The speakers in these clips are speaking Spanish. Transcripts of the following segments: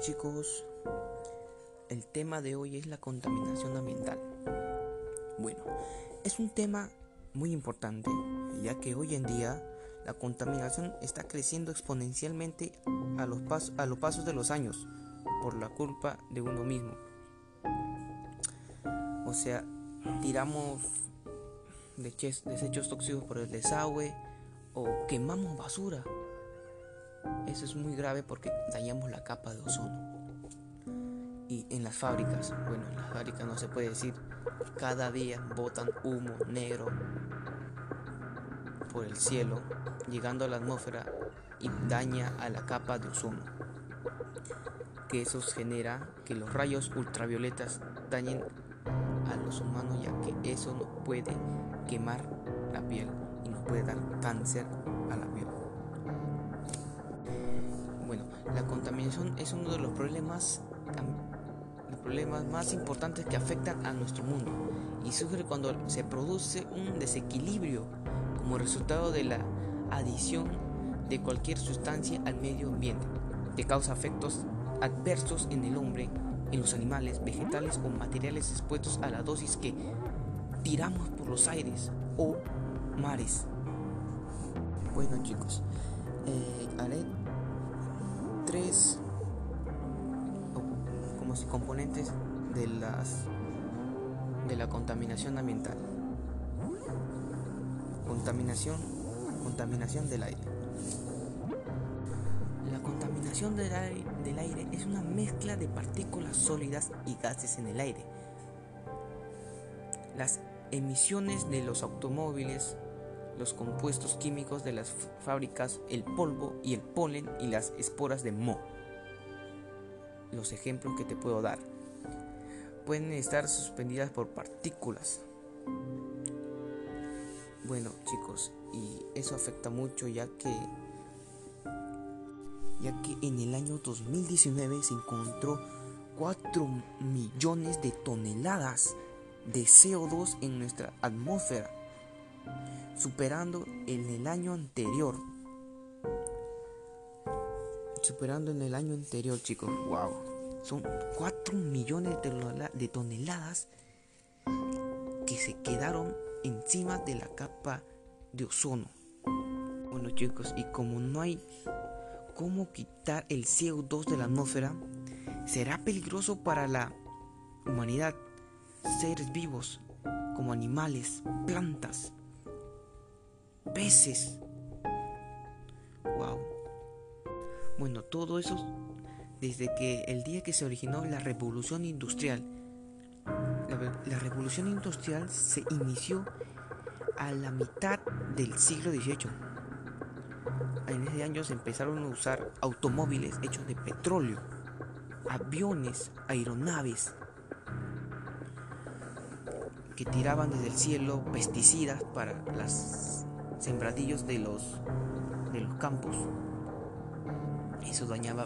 chicos, el tema de hoy es la contaminación ambiental. Bueno, es un tema muy importante, ya que hoy en día la contaminación está creciendo exponencialmente a los pasos de los años por la culpa de uno mismo. O sea, tiramos desechos tóxicos por el desagüe o quemamos basura. Eso es muy grave porque dañamos la capa de ozono. Y en las fábricas no se puede decir, cada día botan humo negro por el cielo, llegando a la atmósfera y daña a la capa de ozono, que eso genera que los rayos ultravioletas dañen a los humanos, ya que eso nos puede quemar la piel y nos puede dar cáncer a la piel. Bueno, la contaminación es uno de los problemas más importantes que afectan a nuestro mundo y surge cuando se produce un desequilibrio como resultado de la adición de cualquier sustancia al medio ambiente, que causa efectos adversos en el hombre, en los animales, vegetales o materiales expuestos a la dosis que tiramos por los aires o mares. Bueno chicos, haré tres componentes de la contaminación ambiental. Contaminación del aire. La contaminación del aire es una mezcla de partículas sólidas y gases en el aire. Las emisiones de los automóviles, los compuestos químicos de las fábricas, el polvo y el polen y las esporas de moho. Los ejemplos que te puedo dar pueden estar suspendidas por partículas. Bueno chicos, y eso afecta mucho ya que en el año 2019 se encontró 4 millones de toneladas de CO2 en nuestra atmósfera, superando en el año anterior, chicos. Wow, son 4 millones de toneladas que se quedaron encima de la capa de ozono. Bueno chicos, y como no hay cómo quitar el CO2 de la atmósfera, será peligroso para la humanidad, seres vivos como animales, plantas, peces. Wow. Bueno, todo eso desde que el día que se originó la revolución industrial. La revolución industrial se inició a la mitad del siglo XVIII. En ese año se empezaron a usar automóviles hechos de petróleo, aviones, aeronaves que tiraban desde el cielo pesticidas para los sembradillos de los campos. Eso dañaba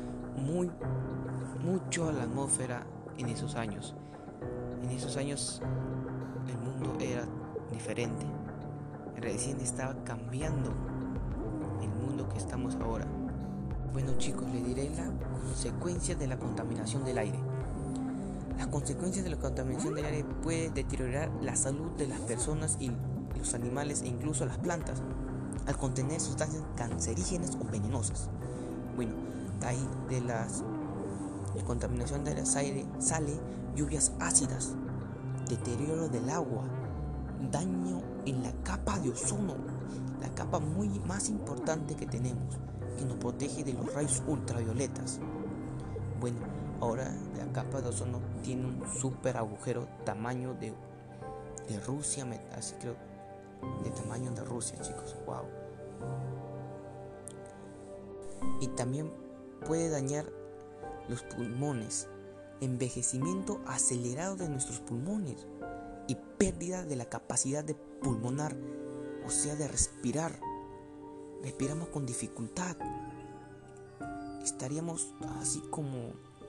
mucho a la atmósfera en esos años. En esos años el mundo era diferente. Recién estaba cambiando el mundo que estamos ahora. Bueno chicos, les diré la consecuencia de la contaminación del aire. Las consecuencias de la contaminación del aire puede deteriorar la salud de las personas y los animales e incluso las plantas al contener sustancias cancerígenas o venenosas. Bueno, de ahí de la contaminación del aire sale lluvias ácidas, deterioro del agua, daño en la capa de ozono, la capa más importante que tenemos, que nos protege de los rayos ultravioletas. Bueno, ahora la capa de ozono tiene un super agujero tamaño de Rusia, así creo, de tamaño de Rusia, chicos. Wow. Y también puede dañar los pulmones, envejecimiento acelerado de nuestros pulmones y pérdida de la capacidad de pulmonar, o sea, de respirar. Respiramos con dificultad. Estaríamos así como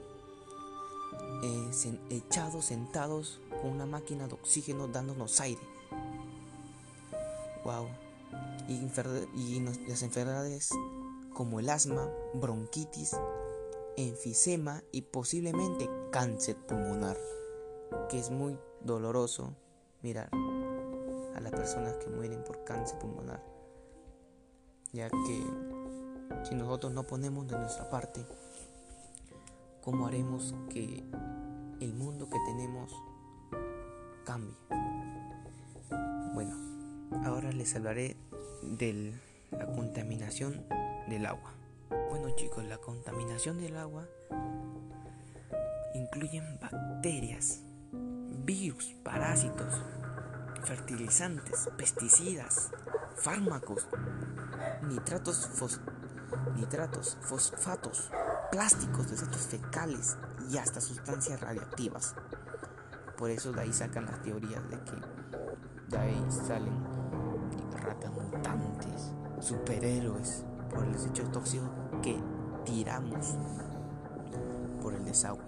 sentados con una máquina de oxígeno dándonos aire. Wow. Y las enfermedades como el asma, bronquitis enfisema y posiblemente cáncer pulmonar, que es muy doloroso mirar a las personas que mueren por cáncer pulmonar, ya que si nosotros no ponemos de nuestra parte, ¿cómo haremos que el mundo que tenemos cambie? Bueno, ahora les hablaré de la contaminación del agua. Bueno chicos, la contaminación del agua incluyen bacterias, virus, parásitos, fertilizantes, pesticidas, fármacos, nitratos, fosfatos, plásticos, desechos fecales y hasta sustancias radiactivas. Por eso de ahí sacan las teorías de que de ahí salen ratas mutantes, superhéroes, por el desecho tóxico que tiramos por el desagüe.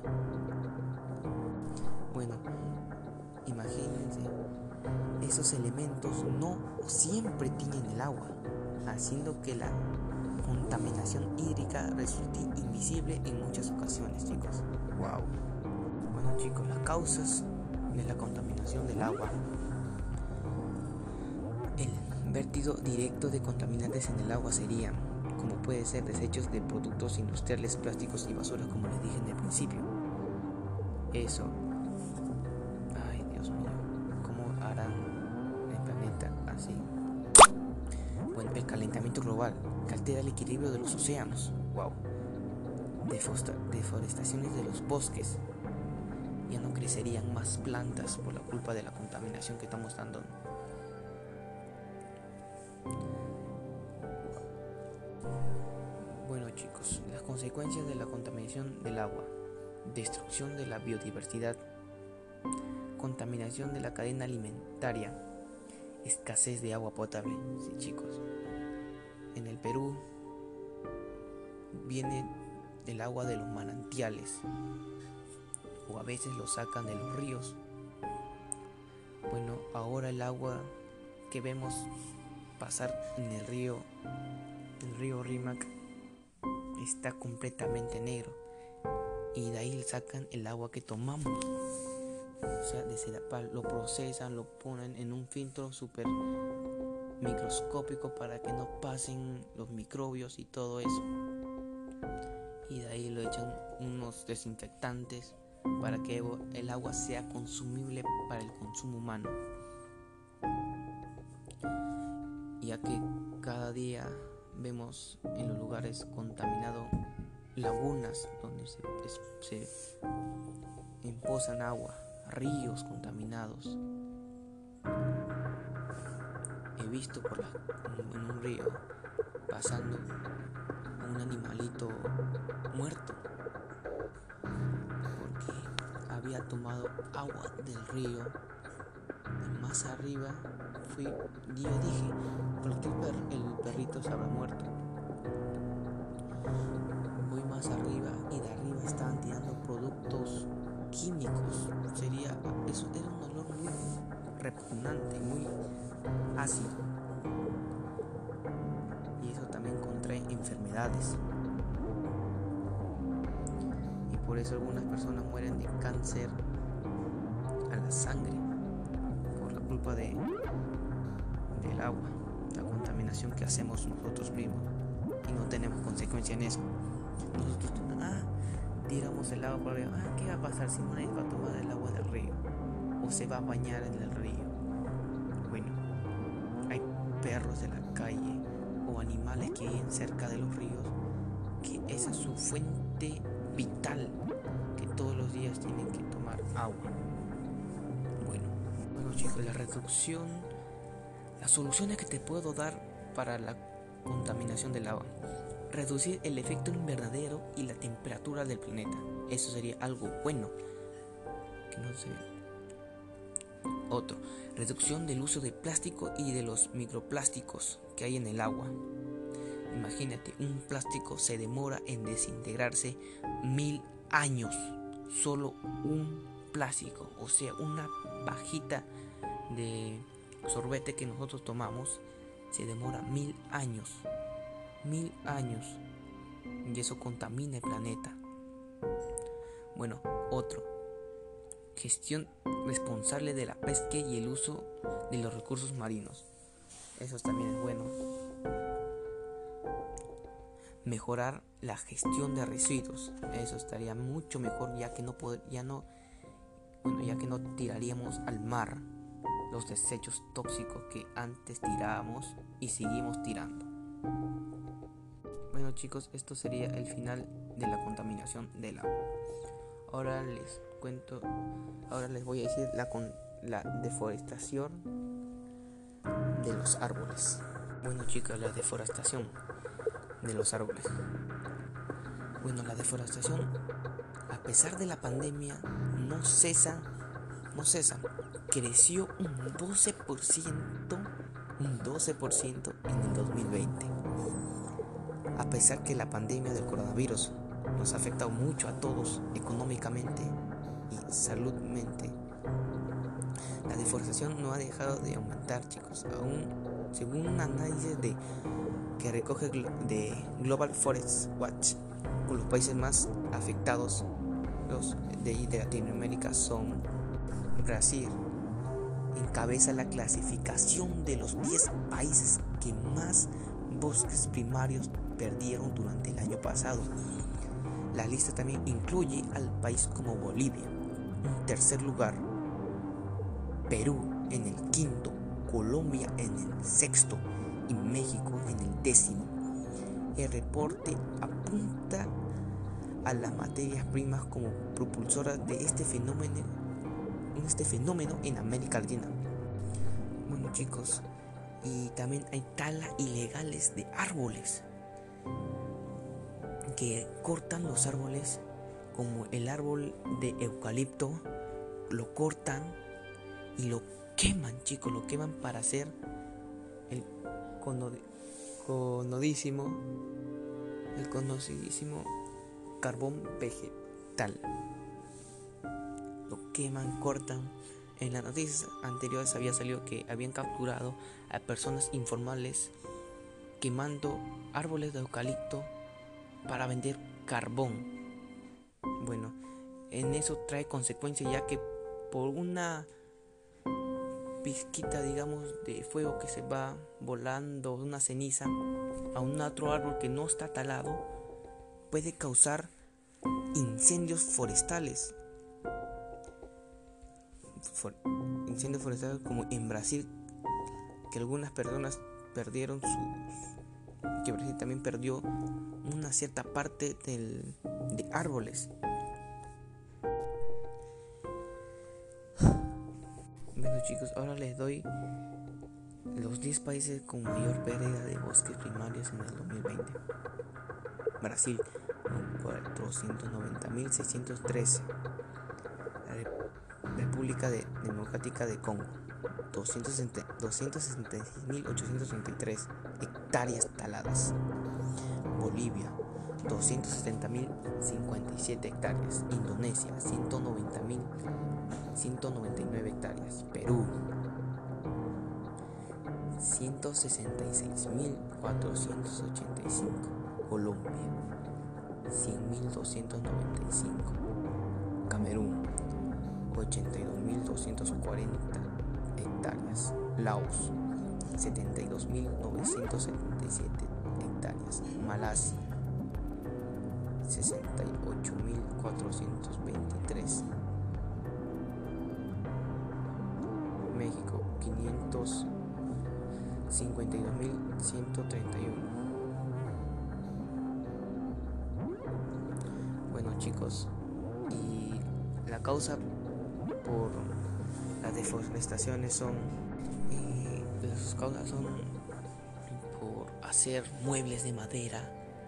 Bueno, imagínense, esos elementos no siempre tienen el agua, haciendo que la contaminación hídrica resulte invisible en muchas ocasiones, chicos. Wow. Bueno chicos, las causas de la contaminación del agua: el vertido directo de contaminantes en el agua serían, como puede ser, desechos de productos industriales, plásticos y basura, como les dije en el principio. Eso, ay Dios mío, ¿cómo harán el planeta así? Bueno, el calentamiento global, que altera el equilibrio de los océanos. Wow. Deforestaciones de los bosques. Ya no crecerían más plantas por la culpa de la contaminación que estamos dando. Bueno chicos, las consecuencias de la contaminación del agua: destrucción de la biodiversidad, contaminación de la cadena alimentaria, escasez de agua potable. Sí chicos, en el Perú viene el agua de los manantiales, o a veces lo sacan de los ríos. Bueno, ahora el agua que vemos pasar en el río Rímac, está completamente negro, y de ahí sacan el agua que tomamos. O sea, lo procesan, lo ponen en un filtro súper microscópico para que no pasen los microbios y todo eso, y de ahí lo echan unos desinfectantes para que el agua sea consumible para el consumo humano, ya que cada día vemos en los lugares contaminados lagunas donde se empozan agua, ríos contaminados. He visto en un río pasando un animalito muerto porque había tomado agua del río. Y más arriba yo dije, ¿por qué el perrito se habrá muerto? Voy más arriba y de arriba estaban tirando productos químicos. Eso era un olor muy repugnante, muy ácido, y eso también contrae enfermedades, y por eso algunas personas mueren de cáncer a la sangre por la culpa del agua, la contaminación que hacemos nosotros mismos, y no tenemos consecuencia en eso. Nosotros tiramos el agua por el río. ¿Qué va a pasar si nadie va a tomar el agua del río o se va a bañar en el río? Bueno, hay perros de la calle o animales que viven cerca de los ríos, que esa es su fuente vital, que todos los días tienen que tomar agua. Bueno chicos, las soluciones que te puedo dar para la contaminación del agua: reducir el efecto invernadero y la temperatura del planeta. Eso sería algo bueno que no se ve. Otro, reducción del uso de plástico y de los microplásticos que hay en el agua. Imagínate, un plástico se demora en desintegrarse 1000 años. Solo un plástico, o sea, una pajita de sorbete que nosotros tomamos, se demora 1000 años. 1000 años. Y eso contamina el planeta. Bueno, otro, gestión responsable de la pesca y el uso de los recursos marinos. Eso también es bueno. Mejorar la gestión de residuos. Eso estaría mucho mejor, ya que no tiraríamos al mar los desechos tóxicos que antes tirábamos y seguimos tirando. Bueno, chicos, esto sería el final de la contaminación del agua. Ahora les voy a decir la deforestación de los árboles. Bueno, chicos, la deforestación de los árboles. Bueno, la deforestación, a pesar de la pandemia, no cesa. Creció un 12% en el 2020. A pesar que la pandemia del coronavirus nos ha afectado mucho a todos económicamente y saludmente, la deforestación no ha dejado de aumentar, chicos. Aún, según un análisis que recoge de Global Forest Watch, con los países más afectados de Latinoamérica son Brasil. Encabeza la clasificación de los 10 países que más bosques primarios perdieron durante el año pasado. La lista también incluye al país como Bolivia en tercer lugar, Perú en el quinto, Colombia en el sexto y México en el 10º. El reporte apunta a las materias primas como propulsoras de este fenómeno en América Latina. Bueno, chicos, y también hay talas ilegales de árboles, que cortan los árboles, como el árbol de eucalipto, lo cortan y lo queman, chicos, lo queman para hacer el conocidísimo carbón vegetal. Lo queman, cortan. En las noticias anteriores había salido que habían capturado a personas informales quemando árboles de eucalipto para vender carbón. Bueno, en eso trae consecuencias, ya que por una pizquita, digamos, de fuego que se va volando, una ceniza, a un otro árbol que no está talado, puede causar incendios forestales. Incendios forestales, como en Brasil, que algunas personas perdieron que Brasil también perdió una cierta parte de árboles. Bueno, chicos, ahora les doy los 10 países con mayor pérdida de bosques primarios en el 2020. Brasil, con 490.613. República Democrática de Congo, 266.833 hectáreas taladas. Bolivia, 270.057 hectáreas. Indonesia, 199 hectáreas. Perú, 166.485. Colombia, 100.295. Camerún, 82.240 hectáreas. Laos, 72.977 hectáreas. Malasia, 68.423. México, 552.131. Bueno, chicos, y la causa por las deforestaciones son por hacer muebles de madera,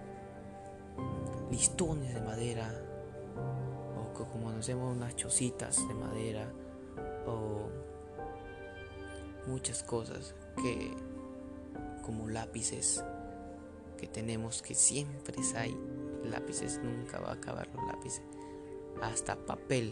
listones de madera, o como conocemos, unas chocitas de madera, o muchas cosas como lápices que tenemos, que siempre hay lápices, nunca va a acabar los lápices, hasta papel.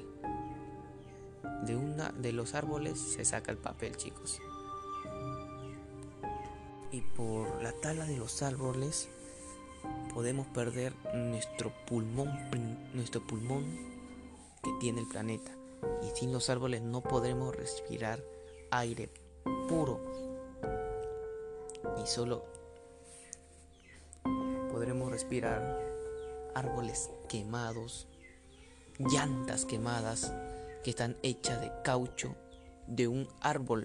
De los árboles se saca el papel, chicos. Y por la tala de los árboles podemos perder nuestro pulmón que tiene el planeta. Y sin los árboles no podremos respirar aire puro. Y solo podremos respirar árboles quemados, llantas quemadas que están hechas de caucho de un árbol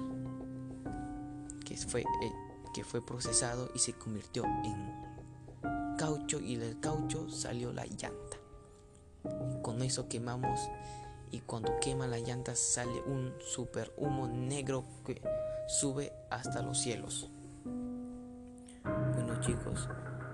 que fue procesado y se convirtió en caucho, y del caucho salió la llanta. Con eso quemamos, y cuando quema la llanta sale un super humo negro que sube hasta los cielos. Bueno, chicos,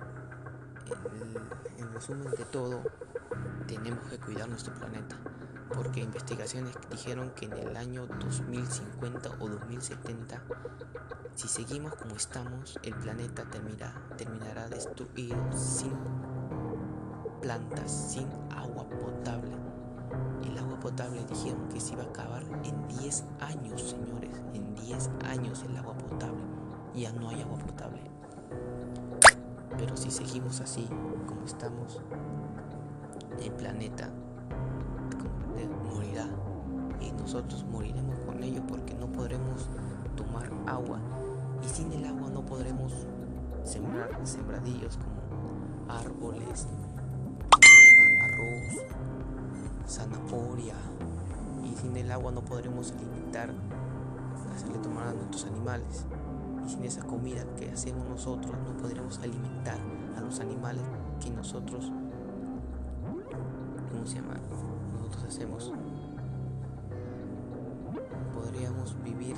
en resumen de todo, tenemos que cuidar nuestro planeta, porque investigaciones dijeron que en el año 2050 o 2070, si seguimos como estamos, el planeta terminará destruido, sin plantas, sin agua potable. El agua potable dijeron que se iba a acabar en 10 años, señores. En 10 años el agua potable. Ya no hay agua potable. Pero si seguimos así como estamos, el planeta morirá, y nosotros moriremos con ello, porque no podremos tomar agua, y sin el agua no podremos sembrar sembradillos como árboles, arroz, zanahoria, y sin el agua no podremos hacerle tomar a nuestros animales, y sin esa comida que hacemos nosotros no podremos alimentar a los animales que nosotros hacemos. Podríamos vivir,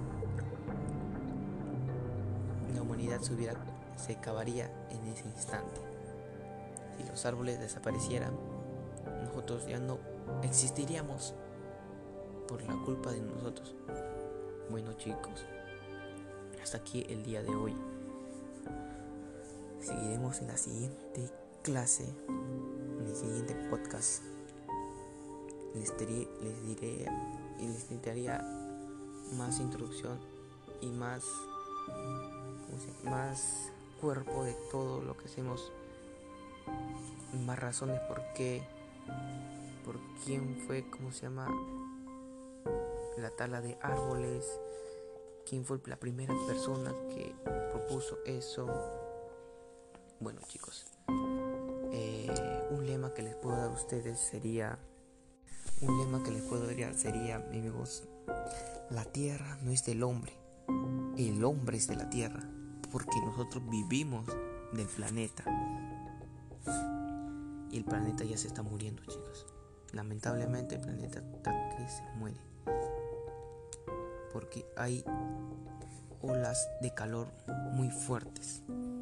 la humanidad se acabaría en ese instante. Si los árboles desaparecieran, nosotros ya no existiríamos por la culpa de nosotros. Bueno, chicos, hasta aquí el día de hoy. Seguiremos en la siguiente clase, en el siguiente podcast. Les daría más introducción y más cuerpo de todo lo que hacemos, más razones por quién fue, la tala de árboles, quién fue la primera persona que propuso eso. Bueno, chicos, un lema que les puedo dar a ustedes sería, amigos: la tierra no es del hombre, el hombre es de la tierra, porque nosotros vivimos del planeta, y el planeta ya se está muriendo, chicos. Lamentablemente el planeta está que se muere, porque hay olas de calor muy fuertes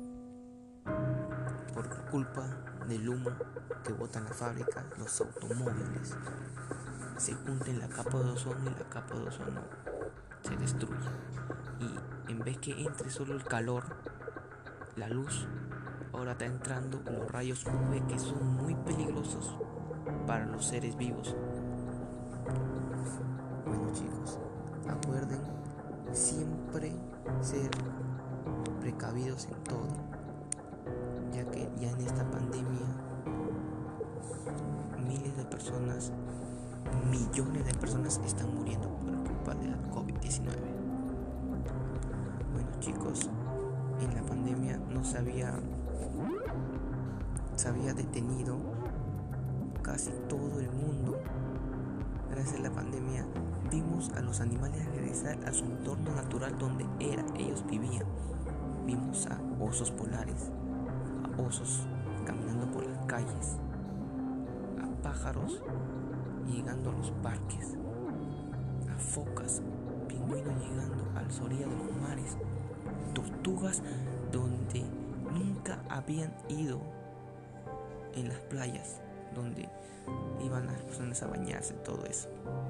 por culpa del humo que botan las fábricas, los automóviles. Se hunde en la capa de ozono, y la capa de ozono se destruye, y en vez que entre solo el calor, la luz, ahora está entrando los rayos UV, que son muy peligrosos para los seres vivos. Bueno, chicos, acuerden siempre ser precavidos en todo, ya que ya en esta pandemia millones de personas están muriendo por culpa de la COVID-19. Bueno, chicos, en la pandemia se había detenido casi todo el mundo. Gracias a la pandemia vimos a los animales regresar a su entorno natural donde ellos vivían. Vimos a osos polares, a osos caminando por las calles, a pájaros llegando a los parques, a focas, pingüinos llegando a las orillas de los mares, tortugas donde nunca habían ido, en las playas donde iban las personas a bañarse, todo eso.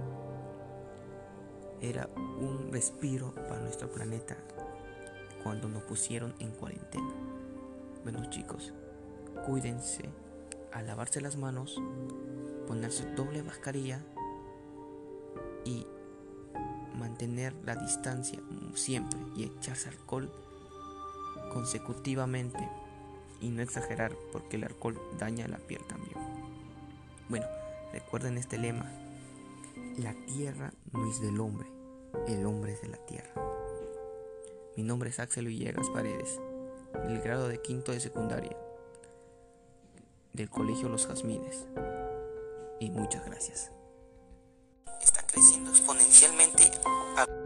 Era un respiro para nuestro planeta cuando nos pusieron en cuarentena. Bueno, chicos, cuídense, a lavarse las manos, ponerse doble mascarilla y mantener la distancia siempre, y echarse alcohol consecutivamente y no exagerar porque el alcohol daña la piel también. Bueno, recuerden este lema: la tierra no es del hombre, el hombre es de la tierra. Mi nombre es Axel Villegas Paredes, del grado de quinto de secundaria del colegio Los Jazmines, y muchas gracias. Está creciendo exponencialmente